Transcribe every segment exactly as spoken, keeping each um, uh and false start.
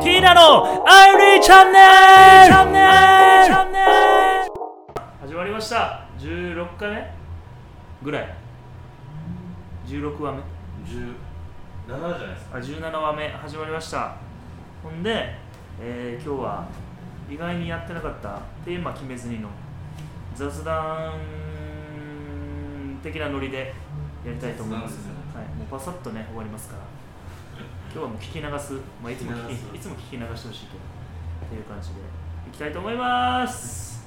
キーナのアイリーチャンネルチャンネルチャンネル始まりました。じゅうろっかいめぐらいじゅうろくわめじゅうななじゃないですか。 あじゅうななわめ始まりました。ほんで、えー、今日は意外にやってなかったテーマ決めずにの雑談的なノリでやりたいと思います、ねはい、もうパサッとね終わりますから今日はもう聞き流す、まあ、いつも聞きいつも聞き流してほしいけどっていう感じでいきたいと思います。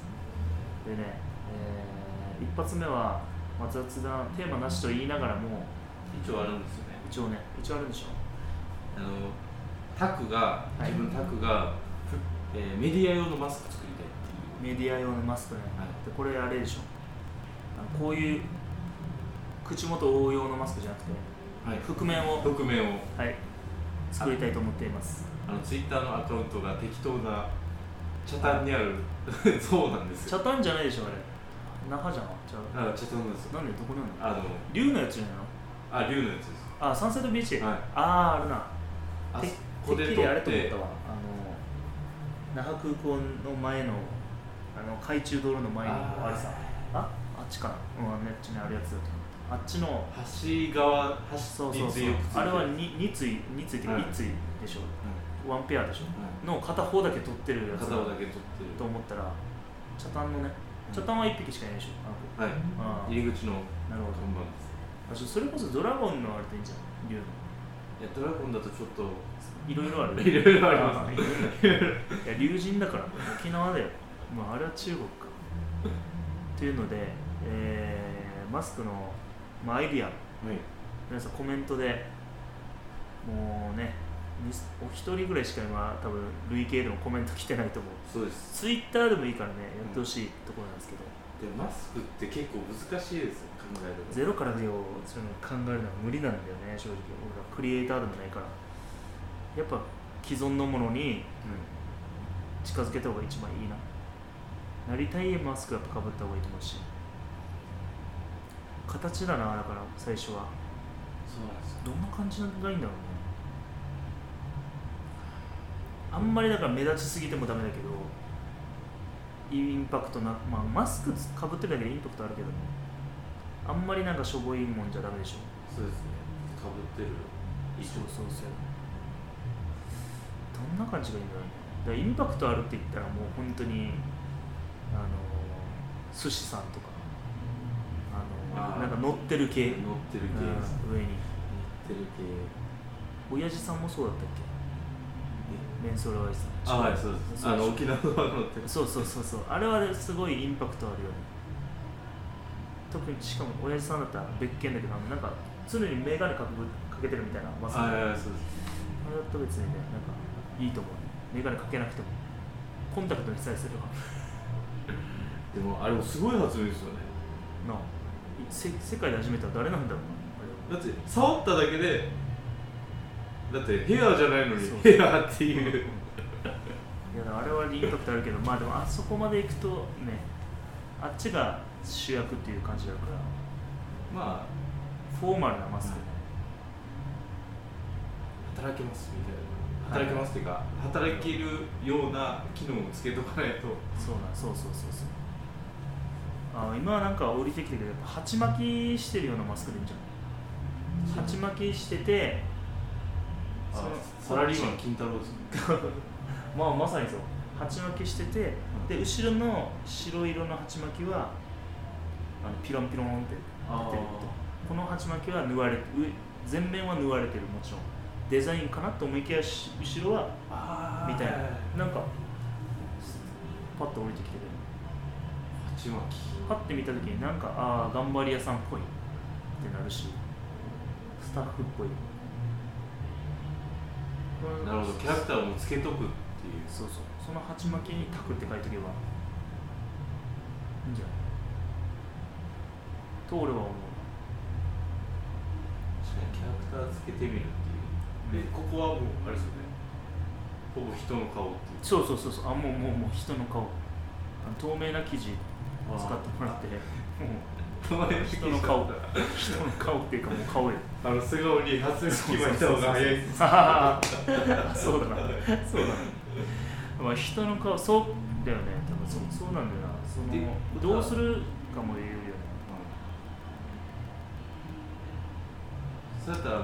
でね、えー、一発目は、まあ、雑談テーマなしと言いながらも一応あるんですよね。 一応ね一応あるんでしょ。 あのタクが、はい、自分タクが、えー、メディア用のマスク作りたいっていう。 メディア用のマスクね、はい、でこれあれでしょ、あのこういう口元覆う用のマスクじゃなくて、はい、覆面を覆面を、 はい、作りたいと思っています。 あのツイッターのアカウントが適当なチャタンにある像なんですよ。 チャタンじゃないでしょあれ。那覇じゃん。 チャタンですよ。 なんでどこにあるの？ あの竜のやつじゃないの？ あ、竜のやつです。 あ、サンセットビーチ。はい、ああ、あるな。 あてこでてっきりあれと思ったわ。あの那覇空港の前のあの海中道路の前にあれさ。あ、あっちかな。うん、あっちにあるやつだと思った。あっちの橋側、橋そうそうそう。あれはにに対に対っていうかいち対でしょ。ワンペアでしょ。の片方だけ取ってるやつ。 片方だけ取ってる。 と思ったら、チャタンのね、チャタンはいっぴきしかいないでしょ。 はい。入り口のなるほど看板です。 それこそドラゴンのあれでいいんじゃん、竜の。 いや、ドラゴンだとちょっといろいろある。 いろいろありますね。 いや、竜神だから、沖縄だよ。まあ、あれは中国か。というので、えー、マスクの、まあ、アイディア、はい、皆さんコメントでもうね、お一人ぐらいしか今、多分累計でもコメント来てないと思う。 そうです。 ツイッターでもいいからね、やってほしいところなんですけど。 でもマスクって結構難しいですよ、考えるの。 ゼロからでよ、その考えるのは無理なんだよね、正直。俺はクリエイターでもないから。やっぱ既存のものに近づけた方が一番いいな。なりたいマスクやっぱかぶった方がいいと思うし。形だな、だから最初は。 そうなんですよ。 どんな感じがいいんだろうね。あんまりだから目立ちすぎてもダメだけど、インパクトな、まあマスクかぶってるだけでインパクトあるけどね。あんまりなんかしょぼいもんじゃダメでしょ。 そうですね。かぶってる。 そうそうそう。どんな感じがいいんだろうね。だからインパクトあるって言ったらもう本当にあの寿司さんとかあのなんか乗ってる系乗ってる系です、 うん、上に乗ってる系。 親父さんもそうだったっけ？メンソールアイスさん。 あ、はい、そうです。あの沖縄の乗ってる。 そうそうそうそう。あれはすごいインパクトあるよね。特にしかも親父さんだったら別件だけど、なんか常にメガネかけてるみたいなマスク。 あ、はい、そうです。 あれだったら別にね、なんかいいと思う。メガネかけなくてもコンタクトにさえすれば。 でもあれもすごい発明ですよね。 なあ、せ世界で始めたら誰なんだろうな。 だって触っただけで、だってヘアじゃないのにヘアっていう。 いやあれはインパクトあるけど、まあでもあそこまで行くとね、あっちが主役っていう感じだから、まあフォーマルなマスクね。 働けますみたいな。働けますっていうか、働けるような機能をつけとかないと。 そうなん、そうそうそうそう。あ、今はなんか降りてきてるけど、鉢巻きしてるようなマスクでいいんじゃない？鉢巻きしてて、 そのサラリーマン金太郎ですね。 まあまさにそう。鉢巻きしてて、で後ろの白色の鉢巻きはあのピロンピロンって出てると。この鉢巻きは縫われて、前面は縫われてる、もちろん。デザインかなと思いきや後ろはみたいな、なんかパッと降りてきてる。 鉢巻き。 パッて見たときになんかああ頑張り屋さんっぽいってなるし、スタッフっぽい。 なるほど、キャラクターをもつけとくっていう。 そうそう。その鉢巻きにタクって書いとけばいいんじゃないと俺は思う。 確かにキャラクターつけてみるっていう。で、ここはもうあれですよね。ほぼ人の顔っていう。 そうそうそうそう。あ、もうもうもう人の顔。あの透明な生地使ってもらって、もう人の顔人の顔っていうかもう顔であの素顔に発する気がした方が早いです。 そうだなそうだなまあ人の顔そうだよね多分そうそうなんだよなそのどうするかも言うよね、 うん、そうやったらあの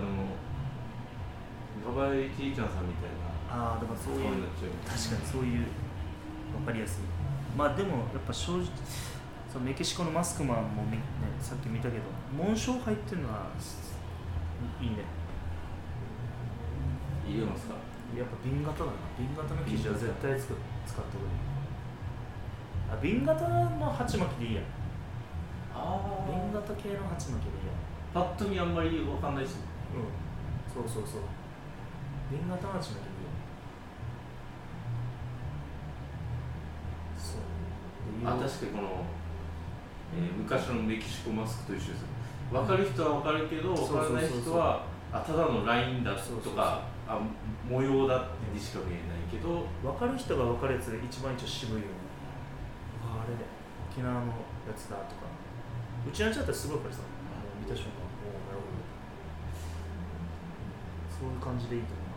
ガバイティーちゃんさんみたいなああだからそういう確かにそういう分かりやすいまあでもやっぱ正直そのメキシコのマスクマンもみ、ね、さっき見たけど紋章入ってるのはいいね入れますかやっぱ瓶型だな瓶型の生地は絶対使ってくるあ瓶型の鉢巻きでいいやあ瓶型系の鉢巻きでいいやパッと見あんまり分かんないしうんそうそうそう瓶型の鉢巻きでいいやそうあ確かにこの、えー、昔のメキシコマスクと一緒です分かる人は分かるけど、うん、分からない人はあただのラインだとかそうそうそうあ模様だってにしか見えないけど分かる人が分かるやつで一番一応渋いよねあれで沖縄のやつだとかうちのやつだったらすごいからさ見た瞬間おおなるほどそういう感じでいいと思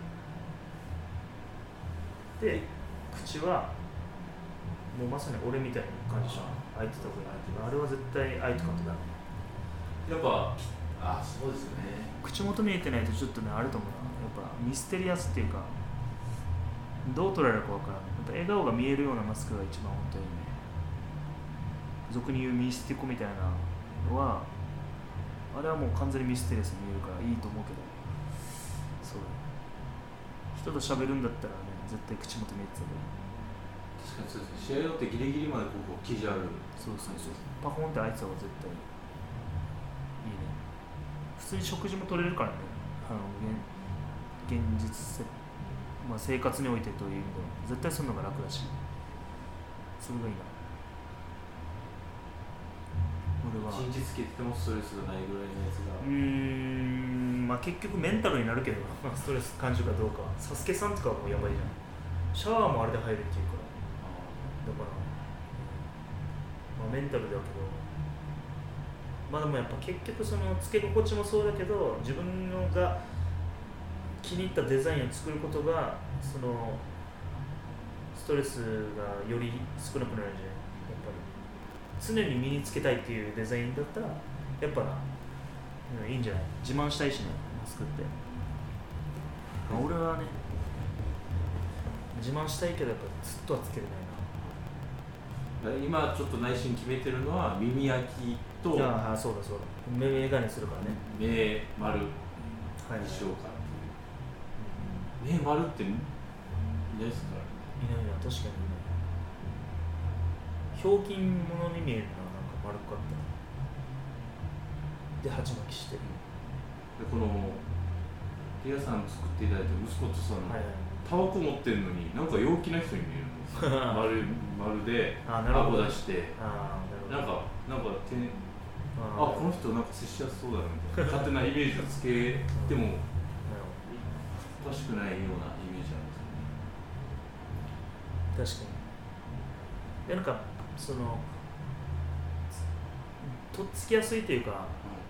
うで口はもうまさに俺みたいな感じでしょ開いてた方がいいあれは絶対開いてかっただやっぱあそうですね口元見えてないとちょっとねあると思うなやっぱミステリアスっていうかどう捉えるか分からんやっぱ笑顔が見えるようなマスクが一番本当にね俗に言うミスティコみたいなのはあれはもう完全にミステリアスに見えるからいいと思うけどそう人と喋るんだったらね絶対口元見えてた方がいい確かにそうですね試合だってギリギリまでここ生地あるそうそうそうパコンってあいつは絶対いいね普通に食事も取れるからねあの現実せ、まあ、生活においてという意味では絶対するのが楽だしそれがいいな俺は信じつけててもストレスがないぐらいのやつがうーんまあ結局メンタルになるけどストレス感じるかどうかサスケさんとかはもうやばいじゃんシャワーもあれで入るっていうからだから、まあ、メンタルだけどまあでもやっぱ結局そのつけ心地もそうだけど自分のが気に入ったデザインを作ることがそのストレスがより少なくなるんじゃないやっぱり常に身につけたいっていうデザインだったらやっぱいいんじゃない自慢したいしねマスクって、まあ、俺はね自慢したいけどやっぱずっとはつけれないな今ちょっと内心決めてるのは耳焼きとああそうだそうだ目眼鏡するからね目丸にしようかっていう、はいはい、目丸っていないですかいないな確かにいないひょうきん者に見えるななんか丸かったで鉢巻きしてるでこのリアさん作っていただいた息子とさんの、はいはい、タバコ持ってるのになんか陽気な人に見えるんですよ丸, 丸で顎出してあな, なんかなんか手ああこの人なんか接しやすそうだなみたいな勝手なイメージをつけてもおかしくないようなイメージなんですよね。 確かにでなんかそのとっつきやすいというか、うん、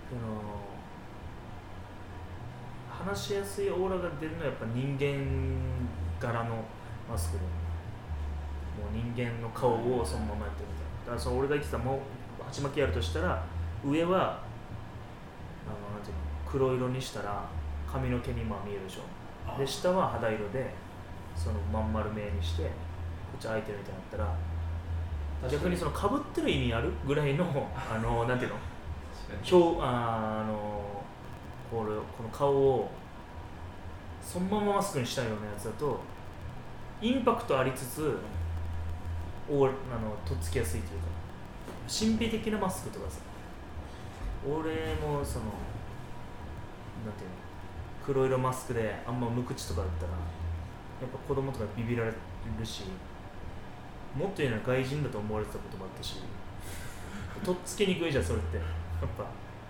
あの話しやすいオーラが出るのはやっぱ人間柄のマスクでもう人間の顔をそのままやってるみたいなだからその俺が言ってたもう鉢巻きやるとしたら上はあのなんていうの黒色にしたら髪の毛にまあ見えるでしょで下は肌色でそのまん丸目にしてこっち開いてるみたいになったら逆にその被ってる意味あるぐらいのあのなんていうの表あのこれこの顔をそのままマスクにしたようなやつだとインパクトありつつおあのとっつきやすいというか神秘的なマスクとかさ俺もそのなんていうの黒色マスクであんま無口とかだったらやっぱ子供とかビビられるしもっと言うのは外人だと思われてたこともあったしとっつきにくいじゃんそれってやっぱだから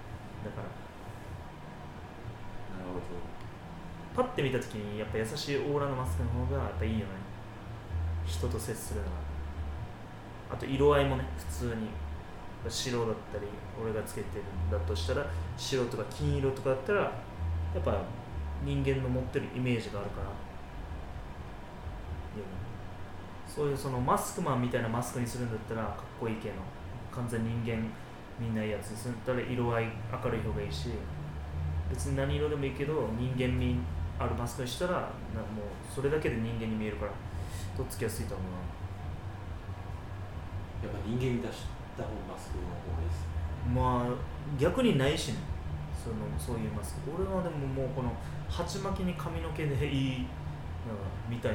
なるほどパッて見た時にやっぱ優しいオーラのマスクの方がやっぱいいよね人と接するのはあと色合いもね普通に白だったり俺がつけてるんだとしたら白とか金色とかだったらやっぱ人間の持ってるイメージがあるから、そういうそのマスクマンみたいなマスクにするんだったらかっこいい系の完全人間みんないいやつにするんだったら色合い明るい方がいいし、別に何色でもいいけど人間味あるマスクにしたらなんかもうそれだけで人間に見えるからとっつきやすいと思うやっぱ人間に出した方マスクの方がいいですね。 な。まあ逆にないしね、そのそういうマスク。俺はでももうこの鉢巻きに髪の毛でいいなんかみたいな、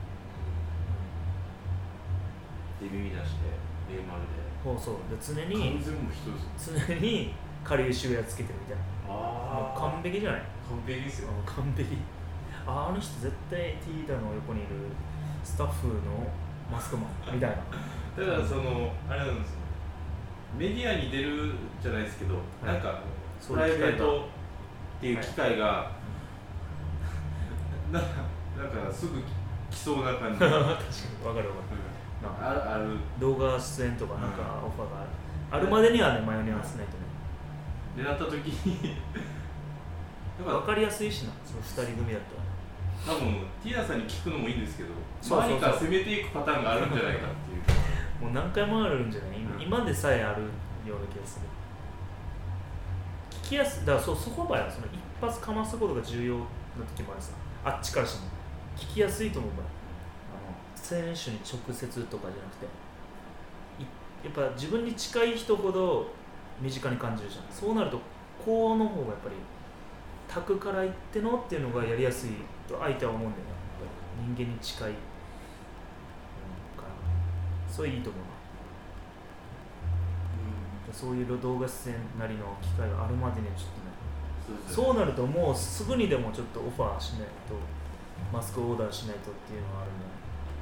で耳出してレーマルでそうそうで常に完全も一つ常に顆粒シュウやつけてるみたいな。もうあ完璧じゃない。 完璧ですよ。 うん完璧。ああの人絶対ティーダの横にいるスタッフのマスクマンみたいな。 だからそのあれなんですよ、メディアに出るじゃないですけど、 はい、 なんかプそうライベーいう機会がトっていう機会が、はい、な, なんかすぐ来そうな感じ確かに分かる分かる、 うん、あ, ある動画出演とかなんかオファーがある、うん、あるまでにはね迷いに合わせないとね、 でなった時に分かりやすいしな、そのふたり組だったら。 多分ティーナさんに聞くのもいいんですけど、 そうそうそう周りから攻めていくパターンがあるんじゃないかっていうもう何回もあるんじゃない、うん、今でさえあるような気がする。聞きやすいだから そ, そこばやその一発かますことが重要な時もあるさ、あっちからしても聞きやすいと思うから、あの選手に直接とかじゃなくて、やっぱ自分に近い人ほど身近に感じるじゃん。そうなるとこうの方がやっぱりタクから言ってのっていうのがやりやすいと相手は思うんだよね。やっぱり人間に近い、うん、からそれいいと思うな、うん、そういう動画出演なりの機会があるまでにちょっとね、そう、そうなるともうすぐにでもちょっとオファーしないと、マスクオーダーしないとっていうのがあるんだよね。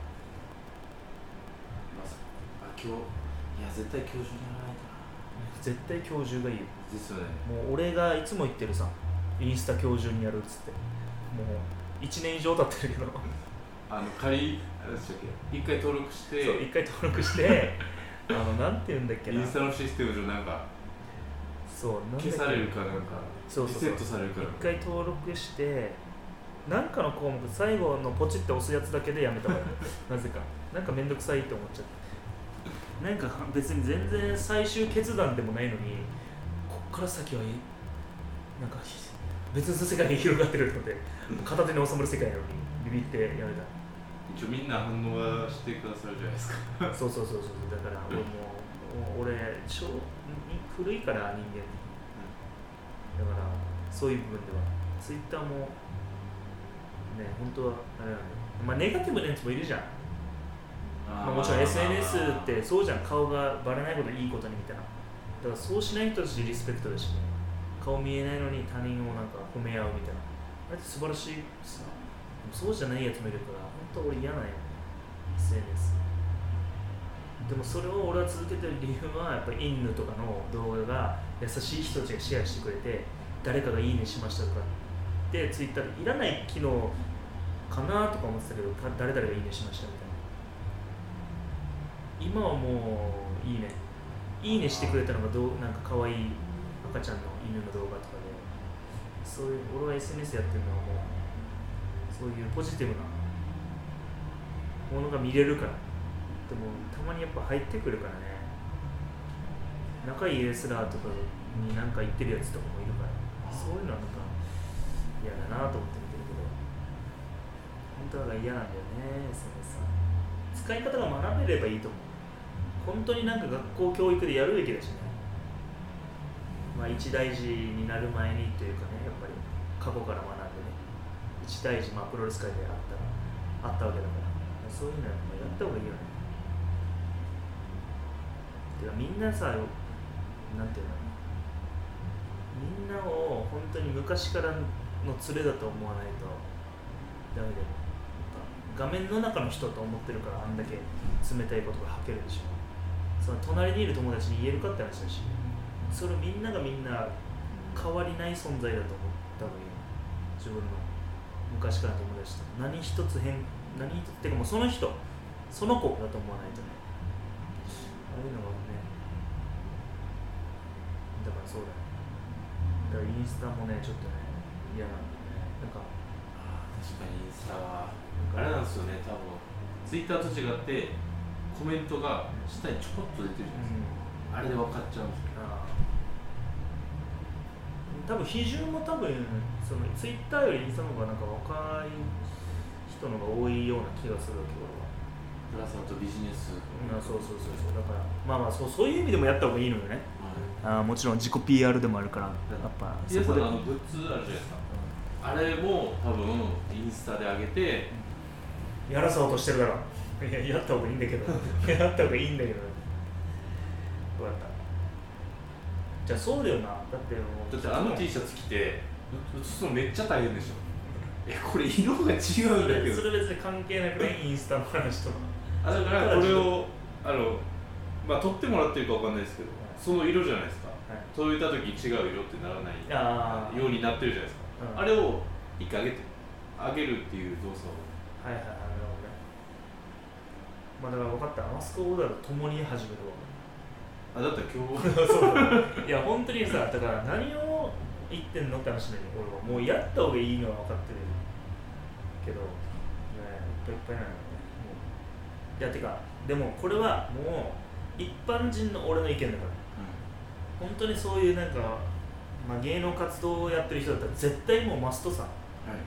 あ、今日いや絶対教授じゃないかな。 絶対教授がいいよ。 ですよね。 もう俺がいつも言ってるさ、インスタ教授にやるっつって、もういちねん以上経ってるけどあの仮あれでしたっけ、一回登録して、 そう一回登録してあのなんて言うんだっけな、 インスタのシステム上なんかそうなんだっけ、 消されるかなんかそうそうそう、 リセットされるか一回登録してなんかの項目最後のポチって押すやつだけでやめたからなぜかなんかめんどくさいって思っちゃって、なんか別に全然最終決断でもないのにこっから先はいいなんか別の世界に広がってるので片手に収まる世界なのにビビってやめた。 一応みんな反応はしてくださるじゃないですかそうそうそうそう、だから俺も俺超古いから人間、うん、だからそういう部分ではツイッターもね本当はあれなんだよ、まあネガティブなやつもいるじゃん。まあ、もちろん エスエヌエス ってそうじゃん、顔がバレないこといいことにみたいな。だからそうしない人たちリスペクトだしね、顔見えないのに他人をなんか褒め合うみたいな、あれって素晴らしいさ。そうじゃないやつもいるから本当俺嫌なんよね エスエヌエス。 でもそれを俺は続けてる理由はやっぱりインヌとかの動画が優しい人たちがシェアしてくれて、誰かがいいねしましたとかでツイッターでいらない機能かなとか思ってたけど、誰々がいいねしましたみたいな。今はもういいねいいねしてくれたのがどうなんか可愛い赤ちゃんの犬の動画とかで、そういう俺は エスエヌエス やってるのはもうそういうポジティブなものが見れるから。でもたまにやっぱ入ってくるからね、仲いいレスラーとかに何か言ってるやつとかもいるから、そういうのはなんか嫌だなと思って見てるけど、本当は嫌なんだよね エスエヌエス は。使い方が学べればいいと思う。本当になんか学校教育でやるべきだしね。まあ一大事になる前にというかね、やっぱり過去から学んでね、一大事、まあプロレス界であったらあったわけだから、そういうのやっぱやった方がいいよね。てかみんなさ、なんていうの、みんなを本当に昔からの連れだと思わないとダメだよ。画面の中の人と思ってるからあんだけ冷たいことが吐けるでしょ。その隣にいる友達に言えるかって話だし、それみんながみんな変わりない存在だと思った方がいい。自分の昔からの友達と何一つ変何一つってかもうその人その子だと思わないとね。ああいうのがねだからそうだね。だからインスタもねちょっとね嫌なんだよね。なんかあー確かにインスタはあれなんですよね、多分ツイッターと違ってコメントが下にちょこっと出てるじゃないですか、うん、あれで分かっちゃうんですよ。 あ多分比重も多分そのツイッターよりインスタの方がなんか若い人の方が多いような気がするわけ俺は。 プラスあとビジネス、 うん、そうそうそうそうだからまあまあそうそういう意味でもやった方がいいのよね、はい、あもちろん自己 ピーアール でもあるからやっぱそこであのグッズあるじゃないですか、うん、あれも多分インスタで上げてやらそうとしてるだろいややった方がいいんだけどやった方がいいんだけどどうやったじゃあそうだよなだってもうだってあの T シャツ着て写すのめっちゃ大変でしょ。えこれ色が違うんだけどそれ別に関係なくねインスタの話とかあだからこれをあのまあ撮ってもらってるかわかんないですけど、その色じゃないですか、はい、届いた時違う色ってならないようになってるじゃないですか、うん、あれを一回上げて上げるっていう動作をはいはいはいなるほどね。まあだから分かったマスクオーダーと共に始めるわあだったら今日そうだいや本当にさだから何を言ってんのって話だよね俺はもうやった方がいいのは分かってるけどねいっぱいいっぱいなのよねもういやてかでもこれはもう一般人の俺の意見だから、うん、本当にそういうなんか、まあ、芸能活動をやってる人だったら絶対もうマストさ、はい、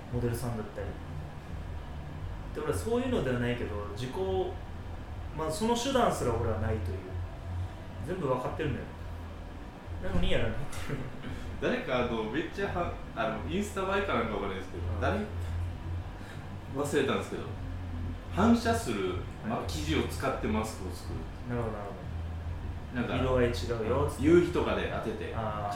モデルさんだったりで俺はそういうのではないけど自己まあその手段すら俺はないという全部分かってるんだよなのにやらないっていう誰かあのめっちゃはあのインスタ映えかなんかわからないですけど、うん、誰忘れたんですけど反射する、まあ、生地を使ってマスクを作る。 なるほどなるほど。なんか色合い違うよ夕日とかで当ててあ、はいはい、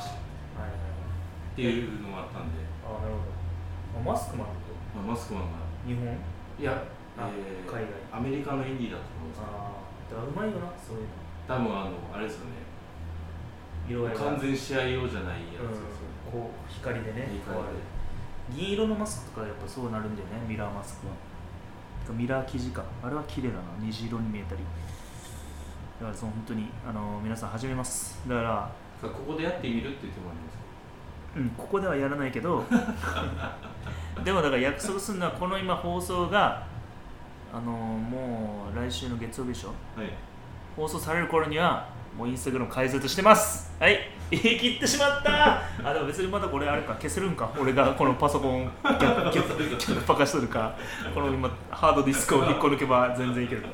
っていうのがあったんで。 あなるほど。マスクマンと、 まあ、マスクマンが日本いや、えー、 海外アメリカのインディーだと思うんですけど、 ああうまいよなそういうの多分あのあれですよね色合い完全試合用じゃないやつですよ、 うん、こう光でね光で銀色のマスクとかやっぱそうなるんだよねミラーマスクはミラー生地かあれは綺麗だな虹色に見えたりだからその本当にあの皆さん始めますだからここでやってみるって言ってもらえますか。 うんここではやらないけどでもだから約束するのはこの今放送があのもう来週の月曜日でしょ、はい、放送される頃にはもうインスタグラム開設してますはい言い切ってしまったあでも別にまだこれあれか消せるんか俺がこのパソコン逆パカしとるかこの今ハードディスクを引っこ抜けば全然いける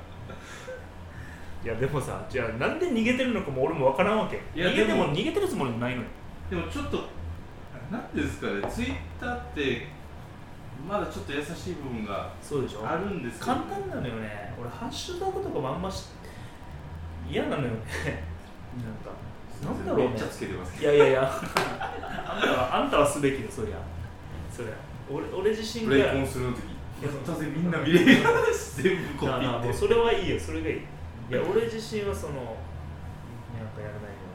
いやでもさじゃあなんで逃げてるのかも俺も分からんわけいや逃げても逃げてるつもりもないのよ。 でもちょっとなんですかねツイッターってまだちょっと優しい部分があるんですけど、 簡単なのよね。俺ハッシュタグとかもあんまし嫌なのよねなんかなんだろうね。 めっちゃつけてますいやいやいやあんたはあんたはすべきよそりゃそりゃ俺俺自身がプレイコンするの時当然みんな見れる全部コピーってそれはいいよそれがいい。いや俺自身はそのなんかやらないよ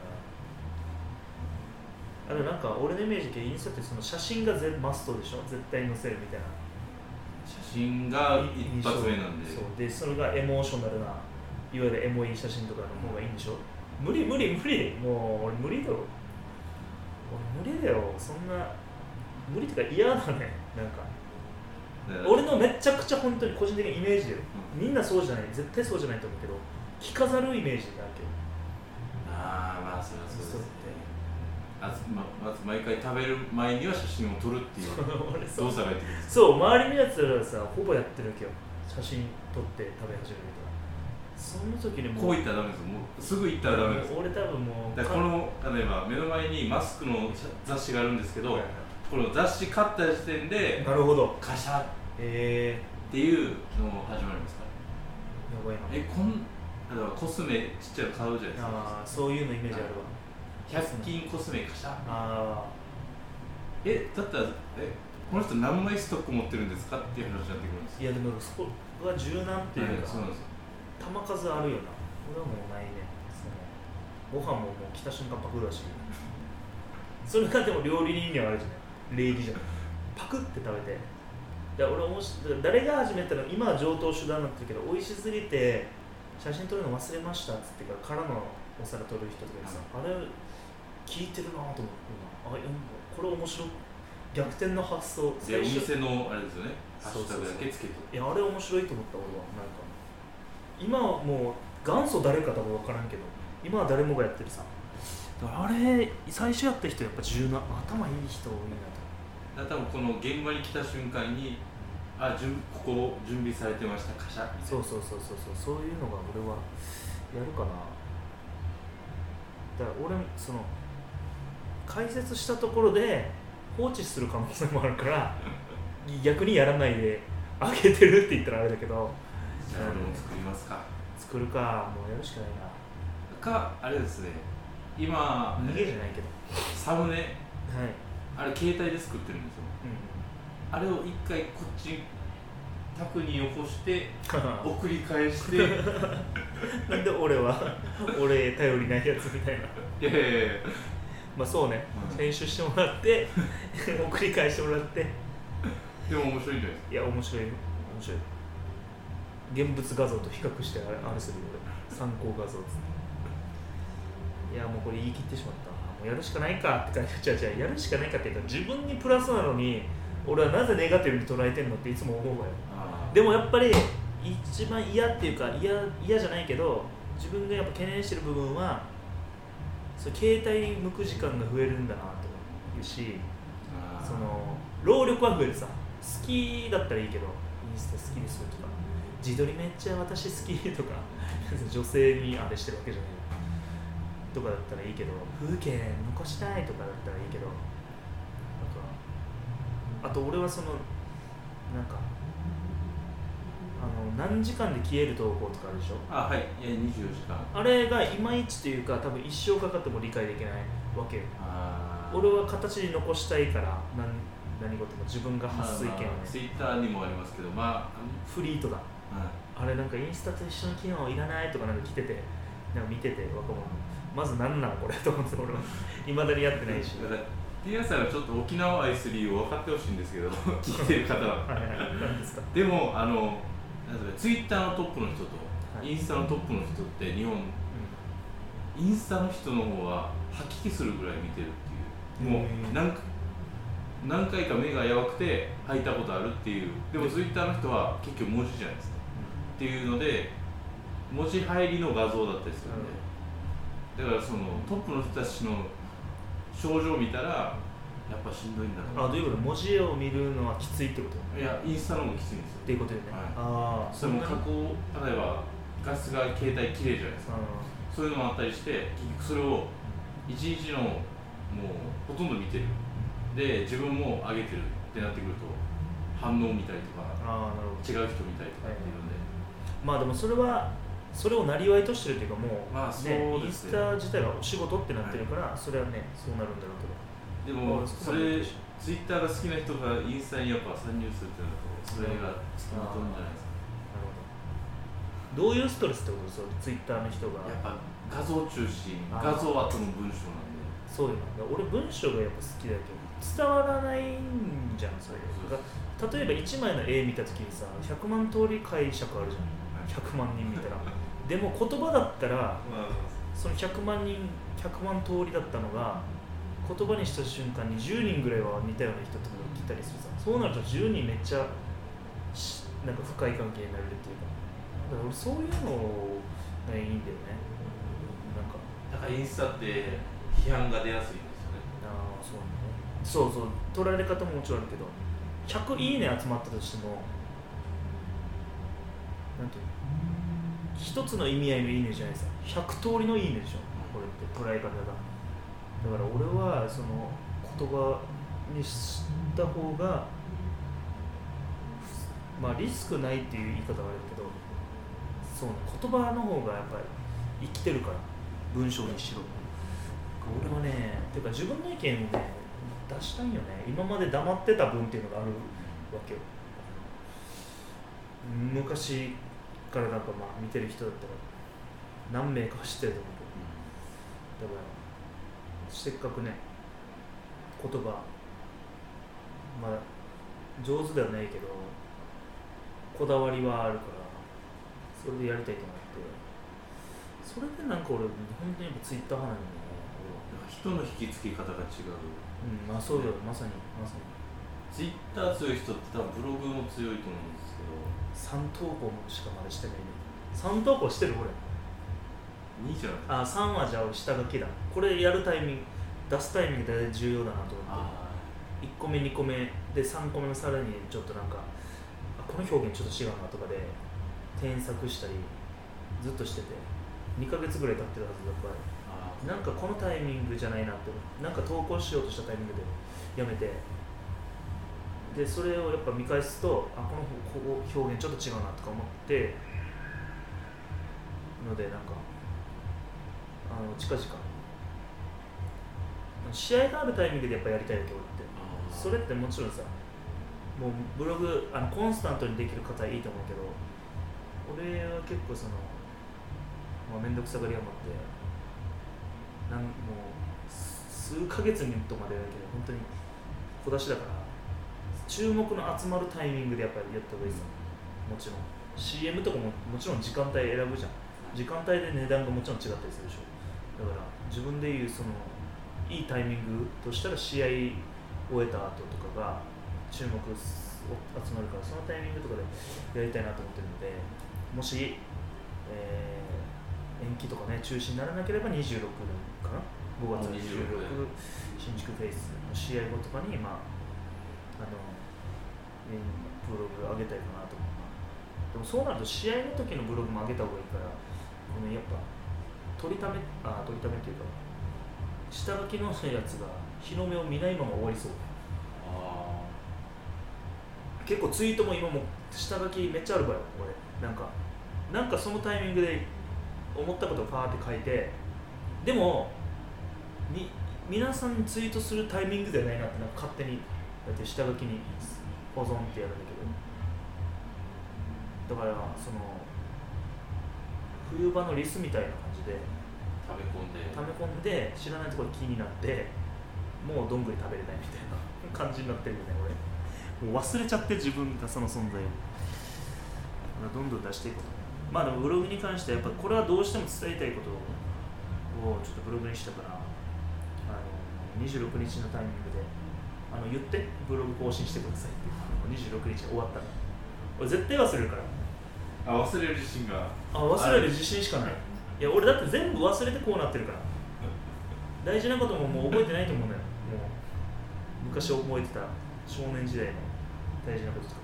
な。あれなんか俺のイメージでインスタってその写真が全マストでしょ絶対載せるみたいな。 写真が一発目なんでそうでそれがエモーショナルないわゆるエモい写真とかの方がいいんでしょ。無理無理無理もう俺無理だよ俺無理だよそんな無理ってか嫌だねなんか俺のめちゃくちゃ本当に個人的なイメージだよ、うん、みんなそうじゃない絶対そうじゃないと思うけど着飾るイメージだけどああまあそれはそうですねあままず毎回食べる前には写真を撮るっていう動作がやってくるんですそう周りのやつらはさほぼやってるわけよ写真撮って食べ始めるみたいなその時にもうこういったらダメですもうすぐ行ったらダメです俺多分もうだからこの例えば目の前にマスクの雑誌があるんですけど、はいはい、この雑誌買った時点でなるほどカシャえっていうのも始まりますからやばいなえこん例えばコスメちっちゃいの買うじゃないですかあそういうのイメージあるわひゃく均コスメカシャあえだったらえこの人何枚ストック持ってるんですかっていう話になってくるんですいやでもそこが柔軟っていうか、 そうなんですよ球数あるよなこれはもうないねそのご飯ももう来た瞬間パクるらしいそれがでも料理人にはあるじゃない礼儀じゃないパクって食べていや俺おもし誰が始めたら今は上等手段になってるけど美味しすぎて写真撮るの忘れましたっつってからからのお皿撮る人とかさ、あれ聞いてるなと思ってあこれ面白い逆転の発想でお店のあれですよねハッシュタグだけつけていやあれ面白いと思った俺はなんか今はもう元祖誰か多分分からんけど今は誰もがやってるさだからあれ最初やった人やっぱ柔軟頭いい人多いなとだから多分この現場に来た瞬間にあじゅんここ準備されてましたカシャみたいなそうそうそうそうそうそういうのが俺はやるかなだから俺その解説したところで放置する可能性もあるから逆にやらないであげてるって言ったらあれだけどじゃあ俺も作りますか作るかもうやるしかないなかあれですね今逃げじゃないけどサムネはいあれ携帯で作ってるんですよ、うん、あれを一回こっち卓によこして送り返してなんで俺は俺頼りないやつみたいないやいやいやまあそうね、うん、編集してもらって送り返してもらってでも面白いんじゃないですかいや面白い面白い現物画像と比較してあれあれするよ俺参考画像つっていやもうこれ言い切ってしまったもうやるしかないかって感じ違う違うやるしかないかっていうか自分にプラスなのに俺はなぜネガティブに捉えてんのっていつも思うわよでもやっぱり一番嫌っていうか嫌嫌じゃないけど自分がやっぱ懸念してる部分はそう携帯に向く時間が増えるんだなというしその労力は増えるさ好きだったらいいけどインスタ好きですとか自撮りめっちゃ私好きとか女性にあれしてるわけじゃないとかだったらいいけど風景残したいとかだったらいいけどなんかあと俺はそのなんかあの何時間で消える投稿とかあるでしょあはいいやにじゅうよじかんあれがいまいちというか多分一生かかっても理解できないわけよあ俺は形に残したいから何何事も自分が発す意見をねツイッターにもありますけどまあフリートだ、うん、あれなんかインスタと一緒の機能いらないとかなんか来ててなんか見てて若者まず何なんこれと思って俺はいまだにやってないし皆さんはちょっと沖縄アイスリーを分かってほしいんですけど聞いてる方ははいはい何ですかでもあのツイッターのトップの人とインスタのトップの人って日本、うん、インスタの人の方は吐き気するぐらい見てるっていうもう何何回か目がやばくて吐いたことあるっていうでもツイッターの人は結局文字じゃないですか、うん、っていうので文字入りの画像だったりするんで、うん、だからそのトップの人たちの症状を見たらやっぱしんどいんだろうあどういうこと文字を見るのはきついってこといやインスタの方がきついんですよっていうことよね、はい、ああそれも加工例えば画質が携帯綺麗じゃないですかそういうのもあったりして結局それを一日のもうほとんど見てるで自分も上げてるってなってくると反応を見たりとかあなるほど違う人見たりとかっていうので、 はい、まあでもそれはそれをなりわいとしてるというかもう、 まあそうね、インスタ自体がお仕事ってなってるから、はい、それはねそうなるんだろうけどでもそれツイッターが好きな人がインスタにやっぱ参入するってなるとそれがつきまとうんじゃないですか。 なるほど。どういうストレスってことですよツイッターの人がやっぱ画像中心画像後の文章なんでそうよな俺文章がやっぱ好きだけど伝わらないんじゃんそれが例えばいちまいの絵見た時にさひゃくまん通り解釈あるじゃんひゃくまんにん見たらでも言葉だったらそのひゃくまんにんひゃくまん通りだったのが言葉にした瞬間にじゅうにんぐらいは似たような人とかが来たりするさそうなるとじゅうにんめっちゃなんか深い関係になるっていうかだから俺そういうのがいいんだよねなんかだからインスタって批判が出やすいんですよねああそうねそうそう捉え方ももちろんあるけどひゃくいいね集まったとしてもなんていうの一つの意味合いのいいねじゃないさひゃく通りのいいねでしょこれって捉え方がだから俺はその言葉にした方がまあリスクないっていう言い方はあるけどそうね言葉の方がやっぱり生きてるから文章にしろ俺はねていうか自分の意見をね出したいよね今まで黙ってた分っていうのがあるわけよ昔からなんかまあ見てる人だったら何名か知ってると思うけどだからせっかくね言葉まあ上手ではないけどこだわりはあるからそれでやりたいと思ってそれでなんか俺本当にツイッター派なのね人の引き付け方が違う。 うん、まあそうよ、まさにまさに。 ツイッター強い人って多分ブログも強いと思うんですけど。 さん投稿しかまだしてないね。さん投稿してるこれ。 にじゃない。 あ、さんはじゃあ下書きだ。これやるタイミング、出すタイミングで重要だなと思って。いっこめにこめでさんこめのさらにちょっとなんか、あ、この表現ちょっと違うなとかで添削したりずっとしてて、にかげつぐらい経ってるはずだから、なんかこのタイミングじゃないなって、なんか投稿しようとしたタイミングでやめて、でそれをやっぱ見返すと、あ、このここ表現ちょっと違うなとか思ってので、なんかあの近々試合があるタイミングでやっぱやりたいわけ俺って。それってもちろんさ、もうブログあのコンスタントにできる方はいいと思うけど、俺は結構その、まあ、めんどくさがりがまってなんもう数ヶ月にとまでだけど本当に小出しだから、注目の集まるタイミングでやっぱりやった方がいいさ。もちろん シーエム とかももちろん時間帯選ぶじゃん。時間帯で値段がもちろん違ったりするでしょ。だから自分で言うそのいいタイミングとしたら試合終えた後とかが注目集まるから、そのタイミングとかでやりたいなと思ってるので、もし、えー、延期とかね中止にならなければにじゅうろくかな、ごがつにじゅうろく新宿フェイスの試合後とかに、まああのメインブログ上げたいかなと思う。でもそうなると試合の時のブログも上げた方がいいから、このやっぱ取りためあ取りためっていうか下書きのやつが日の目を見ないまま終わりそう。 あ結構ツイートも今も下書きめっちゃある場合俺なんかなんかそのタイミングで思ったことをパーって書いて、でもに皆さんにツイートするタイミングではないなってなんか勝手にだって下書きに保存ってやるんだけど、だからその冬場のリスみたいな感じで溜め込んで溜め込んで知らないところ気になってもうどんぐり食べれないみたいな感じになってるよね俺。もう忘れちゃって自分がその存在をどんどん出していこうと。まあでもブログに関してはやっぱこれはどうしても伝えたいことをちょっとブログにしたから、あのにじゅうろくにちのタイミングであの言ってブログ更新してくださいっていうにじゅうろくにち終わったら俺絶対忘れるから。 あ、忘れる自信があ、忘れる自信しかない。いや俺だって全部忘れてこうなってるから大事なことももう覚えてないと思うんだよ。もう昔覚えてた少年時代の大事なこととか。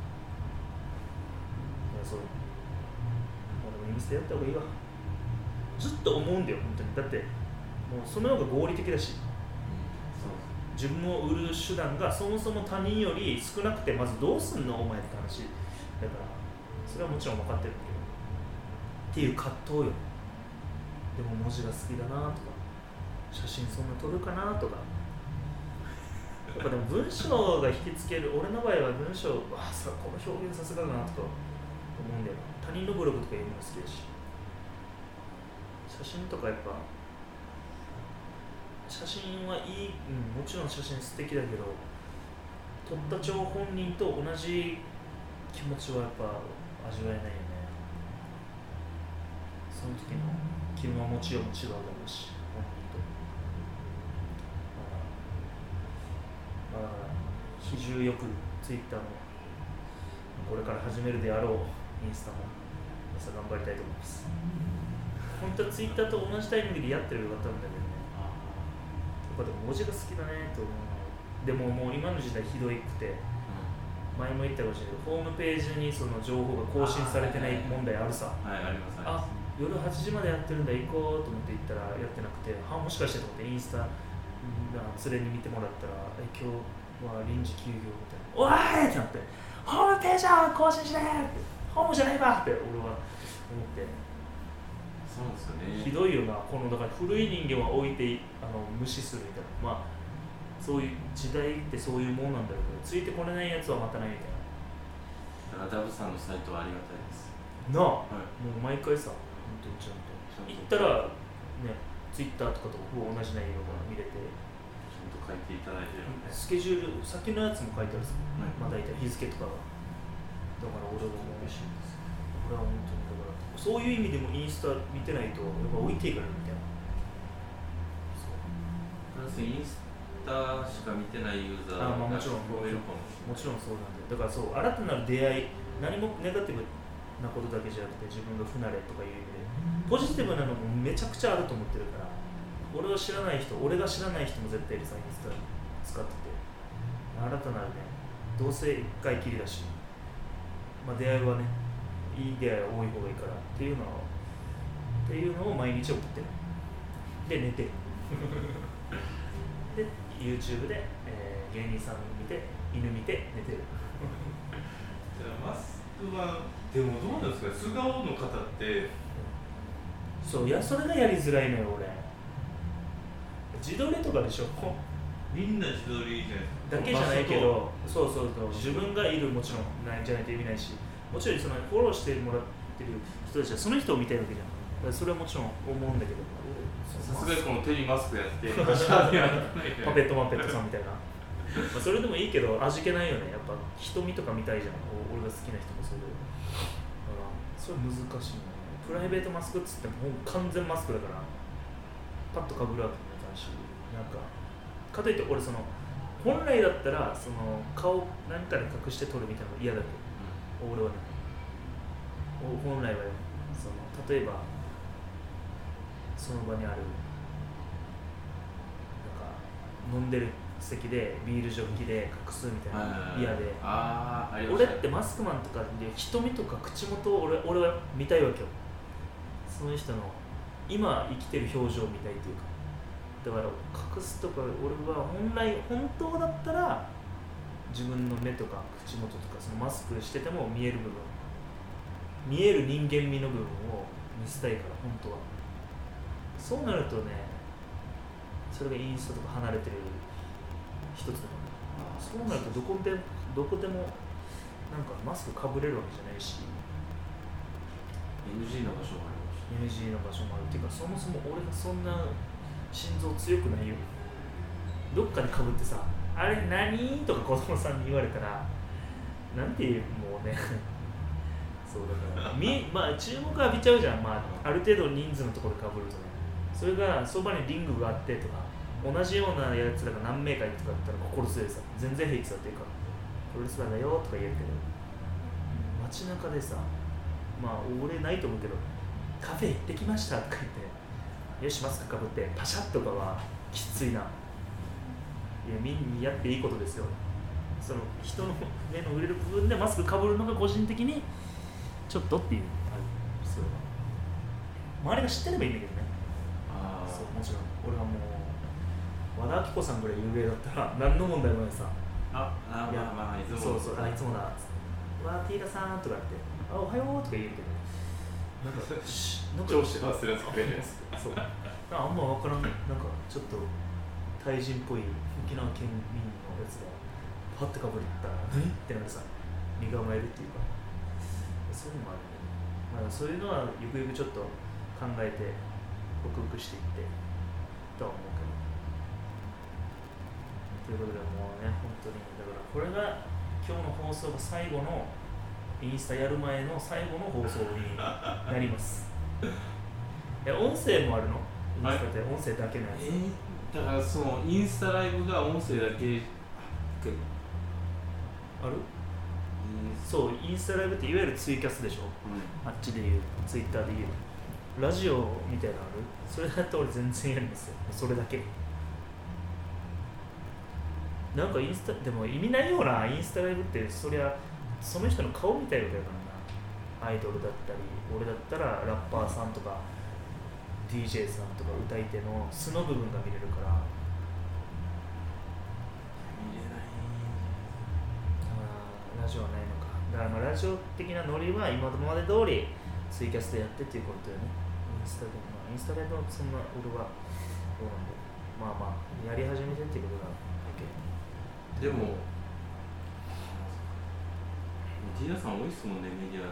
いやそう、まあ、でもインスタやった方がいいわ。ずっと思うんだよ本当に。だってもうその方が合理的だし、自分を売る手段がそもそも他人より少なくてまずどうすんのお前って話だから、それはもちろん分かってるんだけどっていう葛藤よ。でも文字が好きだなとか写真そんな撮るかなとか、やっぱでも文章が引きつける。俺の場合は文章、わあさこの表現さすがだなとか思うんだよな。他人のブログとか読むの好きだし、写真とかやっぱ写真はいい、うん、もちろん写真素敵だけど撮った張本人と同じ気持ちはやっぱ味わえないよね。その時の気の持ちようも違うだろうし本人と。まあ、だから比重よくツイッターもこれから始めるであろうインスタも朝頑張りたいと思います。本当はツイッターと同じタイミングでやってるよかったんだけどね。やっぱでも文字が好きだねと思う。でももう今の時代ひどいくて、前も言ったかもしれないけどホームページにその情報が更新されてない問題あるさ。 はい、あります。 あ、夜はちじまでやってるんだ行こうと思って行ったらやってなくて、はもしかしてと思ってインスタ連れに見てもらったら、え今日は臨時休業みたいな、おいってなって、ホームページは更新しねえって、ホームじゃないわって俺は思って。 そうですよね。 ひどいよな。このだから古い人間は置いてあの無視するみたいな、まあそういう時代ってそういうもんなんだろうけど、ついてこれないやつはまたないみたいな。だからダブさんのサイトはありがたいです。 なあ、 はい、 もう毎回さ、本当にちゃんと行ったらね、ツイッターとかと同じ内容が見れて、ちゃんと書いていただいてるんで、 スケジュール先のやつも書いてあるさ、 はい、 まあ大体日付とかが。だから俺はもう嬉しいんです。俺は本当にだからそういう意味でもインスタ見てないとやっぱ置いていかれるみたいな。そう。 スインスタしか見てないユーザーあ、まあ、もちろん聞こえるかもしれない。 もちろんそうなんだよ。だからそう新たなる出会い、何もネガティブなことだけじゃなくて自分が不慣れとかいう意味でポジティブなのもめちゃくちゃあると思ってるから、俺を知らない人、俺が知らない人も絶対いるさ、インスタ使ってて、新たなるね、どうせ一回きりだし、まあ、出会いはね、いい出会いは多い方がいいからっていうのをっていうのを毎日送ってる。で寝てるで YouTube で、えー、芸人さん見て犬見て寝てるじゃあマスクはでもどうなんですか、素顔の方ってそういや、それがやりづらいのよ俺。自撮りとかでしょ、 みんな自撮りじゃないですか。 だけじゃないけど、そうそうそう、自分がいるもちろんないじゃないと意味ないし、もちろんそのフォローしてもらってる人たちはその人を見たいわけじゃん。だからそれはもちろん思うんだけど、 さすがにこの手にマスクやってパシャーでやらないパペットマペットさんみたいなまあそれでもいいけど味気ないよね。やっぱ瞳とか見たいじゃん、俺が好きな人もそうで。だからそれ難しいね。プライベートマスクっつってももう完全マスクだからパッとかぶるわけにもいかんし、なんかかといって俺その本来だったらその顔何かで隠して撮るみたいなの嫌だけど、俺はね、本来はね、その例えばその場にあるなんか飲んでる席でビールジョッキで隠すみたいな嫌で、 ああ俺ってマスクマンとかで瞳とか口元を俺俺は見たいわけよ。その人の今生きてる表情を見たいっていうか、だから隠すとか俺は本来本当だったら自分の目とか口元とかそのマスクしてても見える部分、見える人間味の部分を見せたいから本当は。そうなるとね、それがインスタとか離れてる一つだから、そうなるとどこでどこでもなんかマスクかぶれるわけじゃないし、 エヌジー の場所もありますしエヌジー の場所もあるっていうか、そもそも俺がそんな心臓強くないよ。どっかでかぶってさ、あれ何とか子供さんに言われたらなんていう、もうねそうだからみ、まあ、注目浴びちゃうじゃん、まあ、ある程度人数のところでかぶるとね。それがそばにリングがあってとか同じようなやつらが何名かいるとかだったら心強いさ、全然平気だっていうかプロレスラーだよとか言えるけど、街中でさ、まあ俺ないと思うけどカフェ行ってきましたとか言ってよしマスクかぶってパシャッとかはきついな。いやみんなやっていいことですよ。その人の目の売れる部分でマスクかぶるのが個人的にちょっとっていうある。それは周りが知ってればいいんだけどね。 あそうもちろん俺はもう和田アキ子さんぐらい有名だったら何の問題もないさ。 ああ、 いやまあまあいつもそうそう、あいつもだっつってわーティーラさんとかってあおはようとか言うけどなんかしなんか調子忘れずくれるやつそうあんま分からん、なんかちょっとタイ人っぽい沖縄県民のやつがパッてかぶったら何ってなるさ、身構えるっていうか、そういうのもあるね。まあ、そういうのはゆくゆくちょっと考えて克服していってとは思うけど。ということでもうね、本当にだからこれが今日の放送が最後のインスタやる前の最後の放送になりますいや音声もあるの？インスタって音声だけのやつ、 えー、だからそのインスタライブが音声だけある？そう、インスタライブっていわゆるツイキャスでしょ、うん、あっちで言う、ツイッターで言うラジオみたいなのある？それだって俺全然やりますよ、それだけ。なんかインスタでも意味ないような、インスタライブってそりゃその人の顔みたいわけだからな。アイドルだったり、俺だったらラッパーさんとか ディージェー さんとか歌い手の素の部分が見れるから。 見れない。 あラジオはないのか。だからまあラジオ的なノリは今まで通りツイキャスでやってっていうことよね。インスタで、まあ、インスタライブはそんな俺はどうなんだろう。まあまあやり始めてっていうことだけ。 でもティーナさん多いっすもんね、メディア。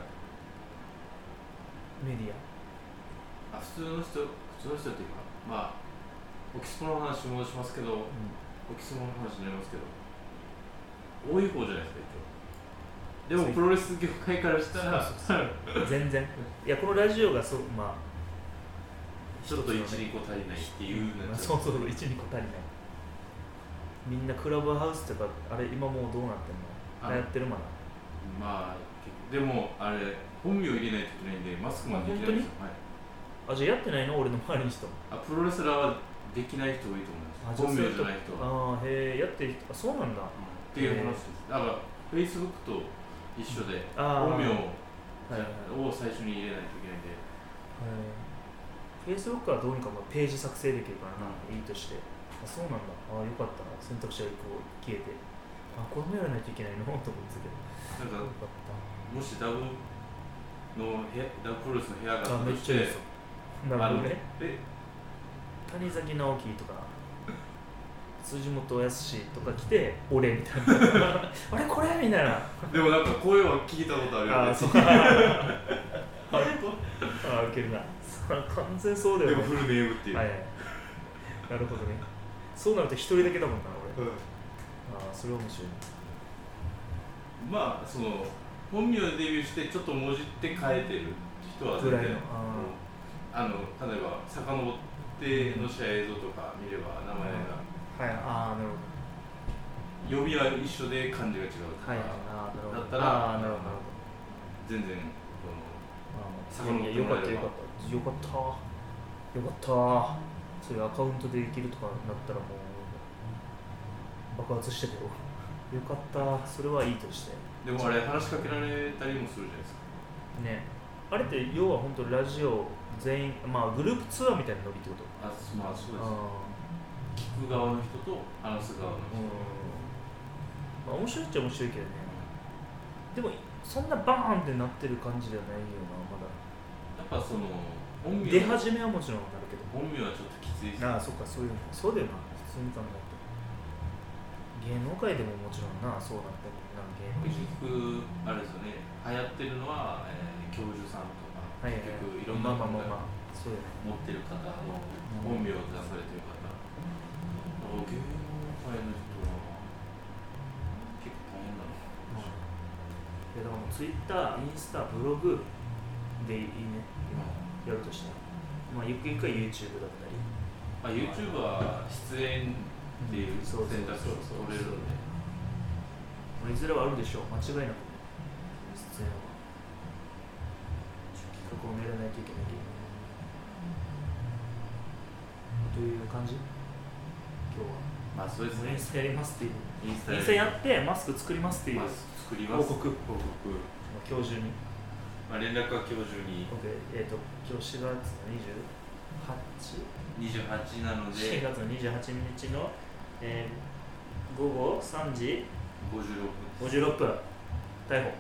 メディアあ普通の人、普通の人っていうか、まあオキスポの話戻しますけど、うん、オキスポの話になりますけど多い方じゃないですか一応。でもプロレス業界からしたら全然いやこのラジオがそう、まあちょっといち、にこ足りないっていう、 まあ、そうそういち、にこ足りない。 みんなクラブハウスとかあれ今もうどうなってんの？流行ってるまだ。 まあでもあれ本名入れないといけないんでマスクマンできないんですよ。はい、 あ、じゃあやってないの？俺の周りの人。 あ、プロレスラーはできない人多いと思います。本名じゃない人は。 ああ、へえ、やってる人。あ、そうなんだ。うん、 っていう話です。だから Facebook と一緒で本名を最初に入れないといけないんで。 Facebook はどうにかページ作成できるからな、いいとして。あ、そうなんだ。ああ、よかった。選択肢がこう消えて。あ、これもやらないといけないのと思ってたけど。 なんかもしダブの部屋、ダブプロレスの部屋があったとして、 なるほどね。谷崎直樹とか辻本康とか来て俺みたいなあれこれみたいな。 でもなんか声は聞いたことあるよね。あ、そうあ、ウケるな。完全そうだよね。 でもフルネームっていう。 はいはい、なるほどね。そうなると一人だけだもんな俺、うん、ああ、それは面白い。 まあその本名でデビューしてちょっともじって変えてる人は全然あの例えば遡っての試合映像とか見れば名前が、 はい、ああ、なるほど。読みは一緒で漢字が違うとか、はい、あ、なるほど。だったら、あ、なるほど、全然遡ってもらえば。よかったよかったよかったよかった。そういうアカウントできるとかなったらもう爆発してたよ。よかった、それはいいとして。 でもあれ話しかけられたりもするじゃないですか。 ね、あれって要は本当ラジオ全員、まあグループツアーみたいなノリってこと？ あ、まあそうです。聞く側の人と話す側の人。 まあ面白いっちゃ面白いけどね。でもそんなバーンってなってる感じではないよな、まだ。 やっぱその本名出始めはもちろんなるけど。 本名はちょっときついです。 ああ、そっか、そういうの。そうだよな、普通に考えて。芸能界でももちろんな、そうなってるな、芸能結局、あれですよね、流行ってるのは、えー、教授さんとか、はいはい、結局いろんな方が持ってる方の本名を出されてる方、うん、芸能界の人は結構大変なの。 いや、だからもう Twitter、インスタ、ブログでいいね、今やるとしたら。まあ、ゆくゆくは YouTube だったり。 あ、YouTube は出演っていう選択肢を取れるので、 まあ、いずれはあるでしょう、間違いなくね、出演は。企画を練らないといけないけど。という感じ今日は。 まあそうですね。 インスタやりますっていう。 インスタインスタやってマスク作りますっていう。 マスク作ります。報告。報告。 今日中に。 まあ連絡は今日中に。 OK。えっと、今日しがつのにじゅうはち？ にじゅうはちなので。 しがつのにじゅうはちにちの、えー、午後さんじごじゅうろっぷん。 ごじゅうろっぷん。逮捕。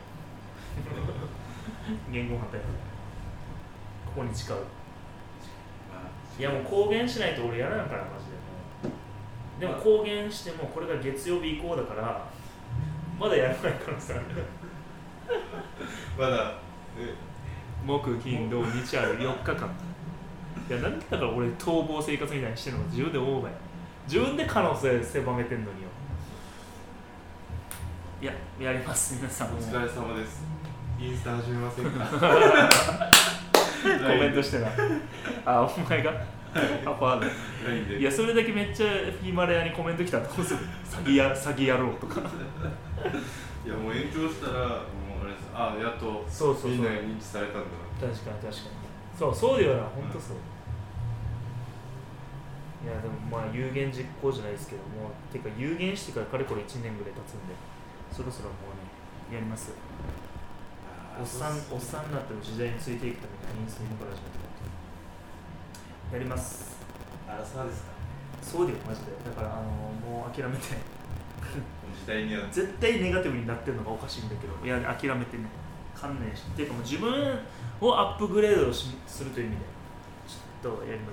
言語犯逮捕。ここに誓う。いやもう公言しないと俺やらないからマジで。でも公言してもこれが月曜日以降だからまだやらないからさ。 まだ木金土日あるよっかかん。いやなんだから俺逃亡生活みたいにしてるの自分で思うばい。自分で可能性狭めてんのによ。いややります皆さん。 お疲れ様です。インスタ始めませんか。 コメントしてな。あ、お前がアパーで。いや、それだけめっちゃヒマラヤにコメント来たらどうする？詐欺や詐欺野郎とか。 いや、もう延長したら、もうあれです。あ、やっとそうそうそうみんなに認知されたんだな。 確かに確かに。そう、そうだよな、ほんとそう。いや、でもまあ有言実行じゃないですけども、てか有言してからかれこれいちねんぐらい経つんで、そろそろもうね、やります。おっさん、おっさんになっても時代についていくためにインスタ今から始めてやります。 あらさですか。 そうだよマジで。だからあのもう諦めて時代には絶対ネガティブになってるのがおかしいんだけど、いや諦めてね、観念してっていうかもう自分をアップグレードしするという意味でちょっとやります。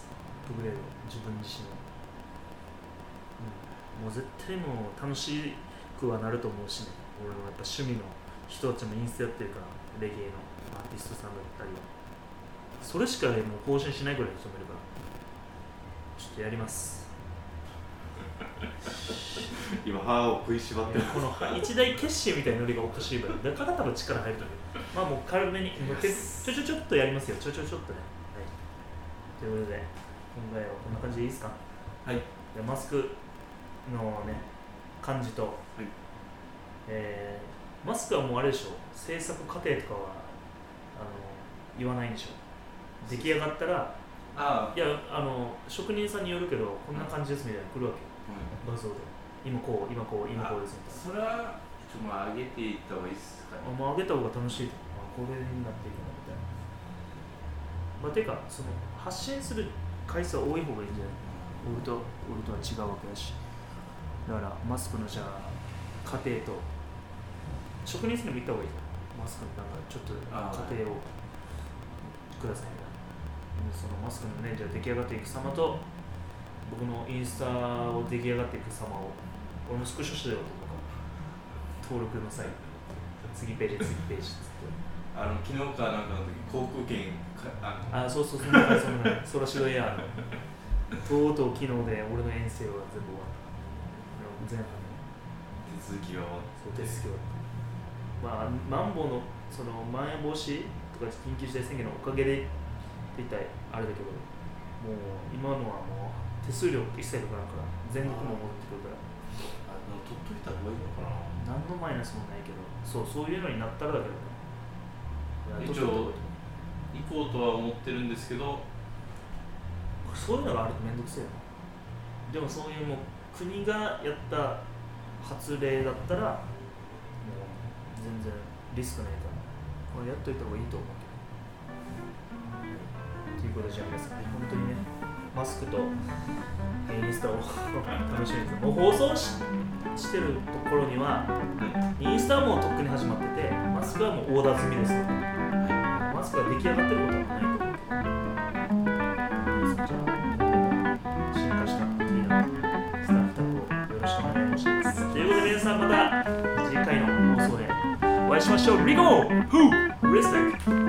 アップグレード自分自身を、うん、もう絶対もう楽しくはなると思うしね。俺のやっぱ趣味の人たちもインスタやってるから、レゲエのアーティストさんだったりはそれしかもう更新しないぐらいの人もいるからちょっとやります。 今歯を食いしばってる。 この一大決心みたいなノリがおかしいからだから多分力入ると思う。まあもう軽めにもうちょちょちょっとやりますよ。ちょちょちょっとね、はい、ということで今回はこんな感じでいいですか。 はい。 でマスクのね感じと、 はい、 えー、マスクはもうあれでしょ、制作過程とかはあの言わないんでしょ。出来上がったら、 あいやあの職人さんによるけどこんな感じですみたいなの来るわけよ、うん、画像で今こう今こう今こうですみたいな。 それはちょっとまあ上げていった方がいいっすかね。 あ、まあ、上げた方が楽しいと思う。これになっていくのみたいな。まあてかその発信する回数は多い方がいいんじゃない。俺と俺とは違うわけだし。だからマスクのじゃあ過程と職人さんにも言った方がいい。マスクのなんかちょっと過程をくださいみたいな。そのマスクのね、じゃあ出来上がっていく様と僕のインスタを出来上がっていく様を俺もスクショしてよとか登録の際次ページ次ページっつってあの昨日かなんかの時航空券かああそうそうそんなそんなソラシドエアーのとうとう昨日で俺の遠征は全部終わった全部手続きが終わって手続きはまあマンボのそのまん延防止とか緊急事態宣言のおかげでって言ったらあれだけど、もう今のはもう手数料一切かからんから全国も戻ってくるからあの取っといた方がいいのかな。 何のマイナスもないけど、そうそういうのになったらだけどね。 一応行こうとは思ってるんですけど、 そういうのがあるとめんどくせえな。でもそういうもう国がやった発令だったらもう全然リスクないからこれやっといた方がいいと思うけど。ということでじゃあ皆さん、本当にねマスクとインスタを楽しみです。もう放送 し, してるところには、インスタはもうとっくに始まってて、マスクはもうオーダー済みですので、マスクが出来上がってることはないと思うけど、じゃあ進化したいいなスタッフをよろしくお願いします。ということで皆さん、また次回の放送でお会いしましょう。リゴーフーレスペクト